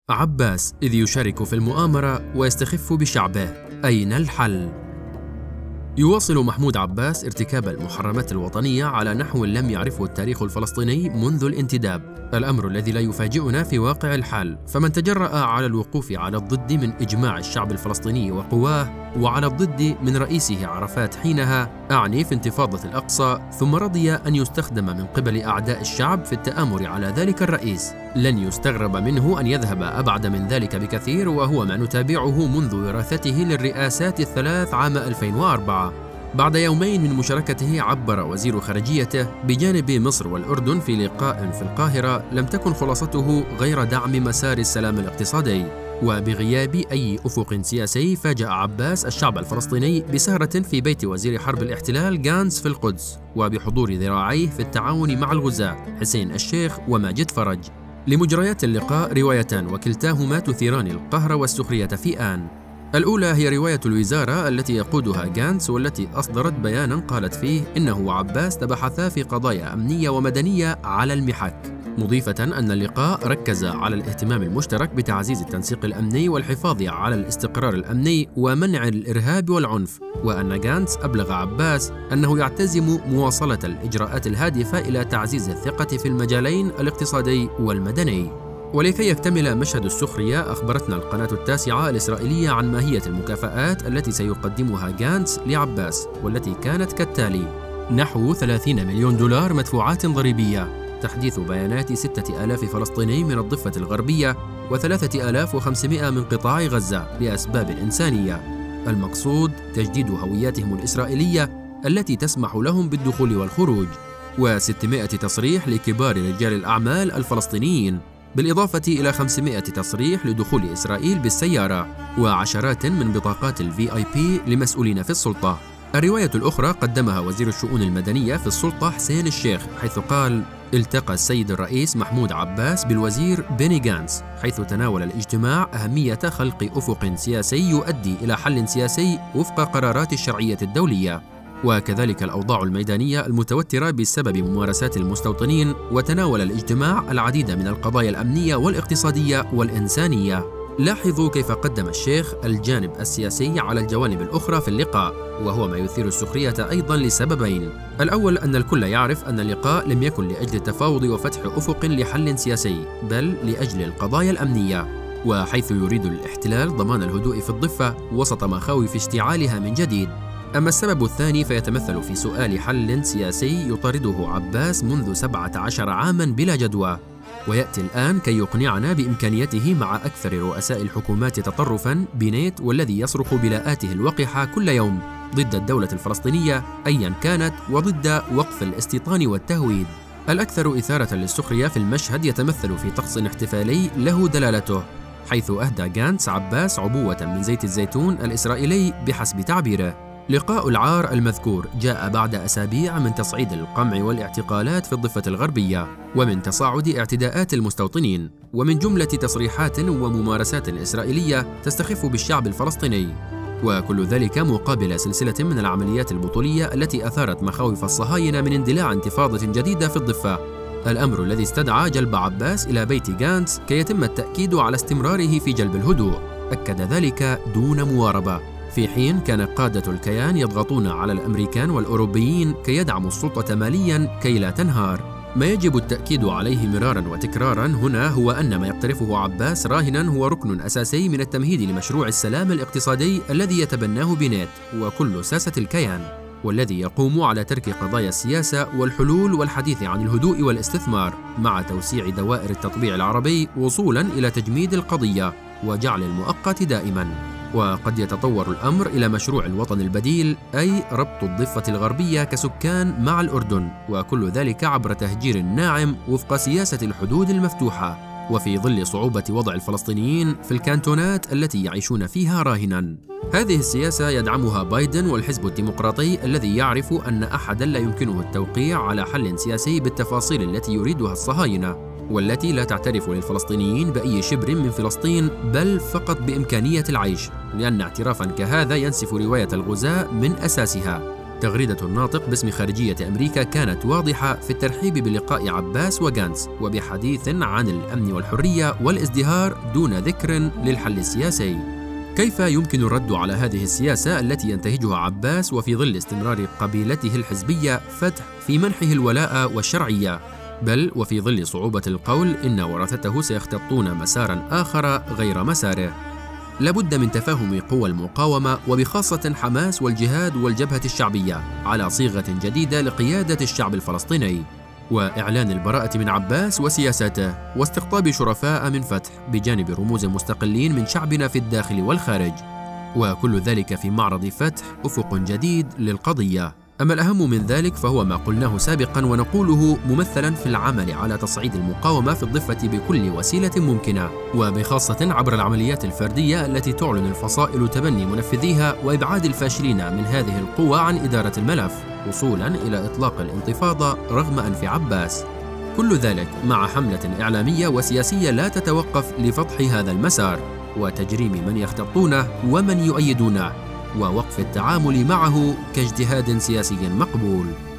عباس إذ يشارك في المؤامرة ويستخف بشعبه، أين الحل؟ يواصل محمود عباس ارتكاب المحرمات الوطنية على نحو لم يعرفه التاريخ الفلسطيني منذ الانتداب، الأمر الذي لا يفاجئنا في واقع الحال. فمن تجرأ على الوقوف على الضد من إجماع الشعب الفلسطيني وقواه، وعلى الضد من رئيسه عرفات حينها، أعني في انتفاضة الأقصى، ثم رضي أن يستخدم من قبل أعداء الشعب في التآمر على ذلك الرئيس، لن يستغرب منه أن يذهب أبعد من ذلك بكثير، وهو ما نتابعه منذ وراثته للرئاسات الثلاث عام 2004. بعد يومين من مشاركته، عبر وزير خارجيته بجانب مصر والأردن في لقاء في القاهرة لم تكن خلاصته غير دعم مسار السلام الاقتصادي. وبغياب أي أفق سياسي، فاجأ عباس الشعب الفلسطيني بسهرة في بيت وزير حرب الاحتلال غانتس في القدس، وبحضور ذراعيه في التعاون مع الغزاة حسين الشيخ وماجد فرج. لمجريات اللقاء روايتان، وكلتاهما تثيران القهر والسخرية في آن. الأولى هي رواية الوزارة التي يقودها غانتس، والتي أصدرت بيانا قالت فيه إنه وعباس تبحثا في قضايا أمنية ومدنية على المحك، مضيفة أن اللقاء ركز على الاهتمام المشترك بتعزيز التنسيق الأمني والحفاظ على الاستقرار الأمني ومنع الإرهاب والعنف، وأن غانتس أبلغ عباس أنه يعتزم مواصلة الإجراءات الهادفة إلى تعزيز الثقة في المجالين الاقتصادي والمدني. ولكي يكتمل مشهد السخرية، أخبرتنا القناة التاسعة الإسرائيلية عن ماهية المكافآت التي سيقدمها غانتس لعباس، والتي كانت كالتالي: نحو 30 مليون دولار مدفوعات ضريبية، تحديث بيانات 6000 فلسطيني من الضفة الغربية و3500 من قطاع غزة لأسباب إنسانية، المقصود تجديد هوياتهم الإسرائيلية التي تسمح لهم بالدخول والخروج، و600 تصريح لكبار رجال الأعمال الفلسطينيين، بالإضافة إلى 500 تصريح لدخول إسرائيل بالسيارة، وعشرات من بطاقات الVIP لمسؤولين في السلطة. الرواية الأخرى قدمها وزير الشؤون المدنية في السلطة حسين الشيخ، حيث قال: التقى السيد الرئيس محمود عباس بالوزير بيني غانتس، حيث تناول الاجتماع أهمية خلق أفق سياسي يؤدي إلى حل سياسي وفق قرارات الشرعية الدولية، وكذلك الأوضاع الميدانية المتوترة بسبب ممارسات المستوطنين. وتناول الاجتماع العديد من القضايا الأمنية والاقتصادية والإنسانية. لاحظوا كيف قدم الشيخ الجانب السياسي على الجوانب الأخرى في اللقاء، وهو ما يثير السخرية أيضا لسببين: الأول أن الكل يعرف أن اللقاء لم يكن لأجل التفاوض وفتح أفق لحل سياسي، بل لأجل القضايا الأمنية، وحيث يريد الاحتلال ضمان الهدوء في الضفة وسط مخاوف اشتعالها من جديد. أما السبب الثاني فيتمثل في سؤال حل سياسي يطارده عباس منذ 17 عاما بلا جدوى، ويأتي الآن كي يقنعنا بإمكانيته مع أكثر رؤساء الحكومات تطرفا بنيت، والذي يصرخ بلاءاته الوقحة كل يوم ضد الدولة الفلسطينية أيا كانت، وضد وقف الاستيطان والتهويد. الأكثر إثارة للسخرية في المشهد يتمثل في طقس احتفالي له دلالته، حيث أهدى غانتس عباس عبوة من زيت الزيتون الإسرائيلي بحسب تعبيره. لقاء العار المذكور جاء بعد أسابيع من تصعيد القمع والاعتقالات في الضفة الغربية، ومن تصاعد اعتداءات المستوطنين، ومن جملة تصريحات وممارسات إسرائيلية تستخف بالشعب الفلسطيني، وكل ذلك مقابل سلسلة من العمليات البطولية التي أثارت مخاوف الصهاينة من اندلاع انتفاضة جديدة في الضفة، الأمر الذي استدعى جلب عباس إلى بيت غانتس كي يتم التأكيد على استمراره في جلب الهدوء. أكد ذلك دون مواربة، في حين كان قادة الكيان يضغطون على الأمريكان والأوروبيين كي يدعموا السلطة مالياً كي لا تنهار. ما يجب التأكيد عليه مراراً وتكراراً هنا هو أن ما يقترفه عباس راهناً هو ركن أساسي من التمهيد لمشروع السلام الاقتصادي الذي يتبناه بنيت وكل ساسة الكيان، والذي يقوم على ترك قضايا السياسة والحلول والحديث عن الهدوء والاستثمار، مع توسيع دوائر التطبيع العربي وصولاً إلى تجميد القضية وجعل المؤقت دائماً. وقد يتطور الأمر إلى مشروع الوطن البديل، أي ربط الضفة الغربية كسكان مع الأردن، وكل ذلك عبر تهجير ناعم وفق سياسة الحدود المفتوحة، وفي ظل صعوبة وضع الفلسطينيين في الكانتونات التي يعيشون فيها راهناً. هذه السياسة يدعمها بايدن والحزب الديمقراطي، الذي يعرف أن أحداً لا يمكنه التوقيع على حل سياسي بالتفاصيل التي يريدها الصهاينة، والتي لا تعترف للفلسطينيين بأي شبر من فلسطين، بل فقط بإمكانية العيش، لأن اعترافاً كهذا ينسف رواية الغزاة من أساسها. تغريدة الناطق باسم خارجية أمريكا كانت واضحة في الترحيب بلقاء عباس وغانتس وبحديث عن الأمن والحرية والازدهار دون ذكر للحل السياسي. كيف يمكن الرد على هذه السياسة التي ينتهجها عباس وفي ظل استمرار قبيلته الحزبية فتح في منحه الولاء والشرعية، بل وفي ظل صعوبة القول إن ورثته سيختطون مساراً آخر غير مساره؟ لابد من تفاهم قوى المقاومة وبخاصة حماس والجهاد والجبهة الشعبية على صيغة جديدة لقيادة الشعب الفلسطيني، وإعلان البراءة من عباس وسياساته، واستقطاب شرفاء من فتح بجانب رموز مستقلين من شعبنا في الداخل والخارج، وكل ذلك في معرض فتح أفق جديد للقضية. أما الأهم من ذلك فهو ما قلناه سابقا ونقوله ممثلا في العمل على تصعيد المقاومة في الضفة بكل وسيلة ممكنة، وبخاصة عبر العمليات الفردية التي تعلن الفصائل تبني منفذيها وإبعاد الفاشلين من هذه القوى عن إدارة الملف، وصولا إلى إطلاق الانتفاضة رغم أنف عباس. كل ذلك مع حملة إعلامية وسياسية لا تتوقف لفضح هذا المسار وتجريم من يختطونه ومن يؤيدونه، ووقف التعامل معه كاجتهاد سياسي مقبول.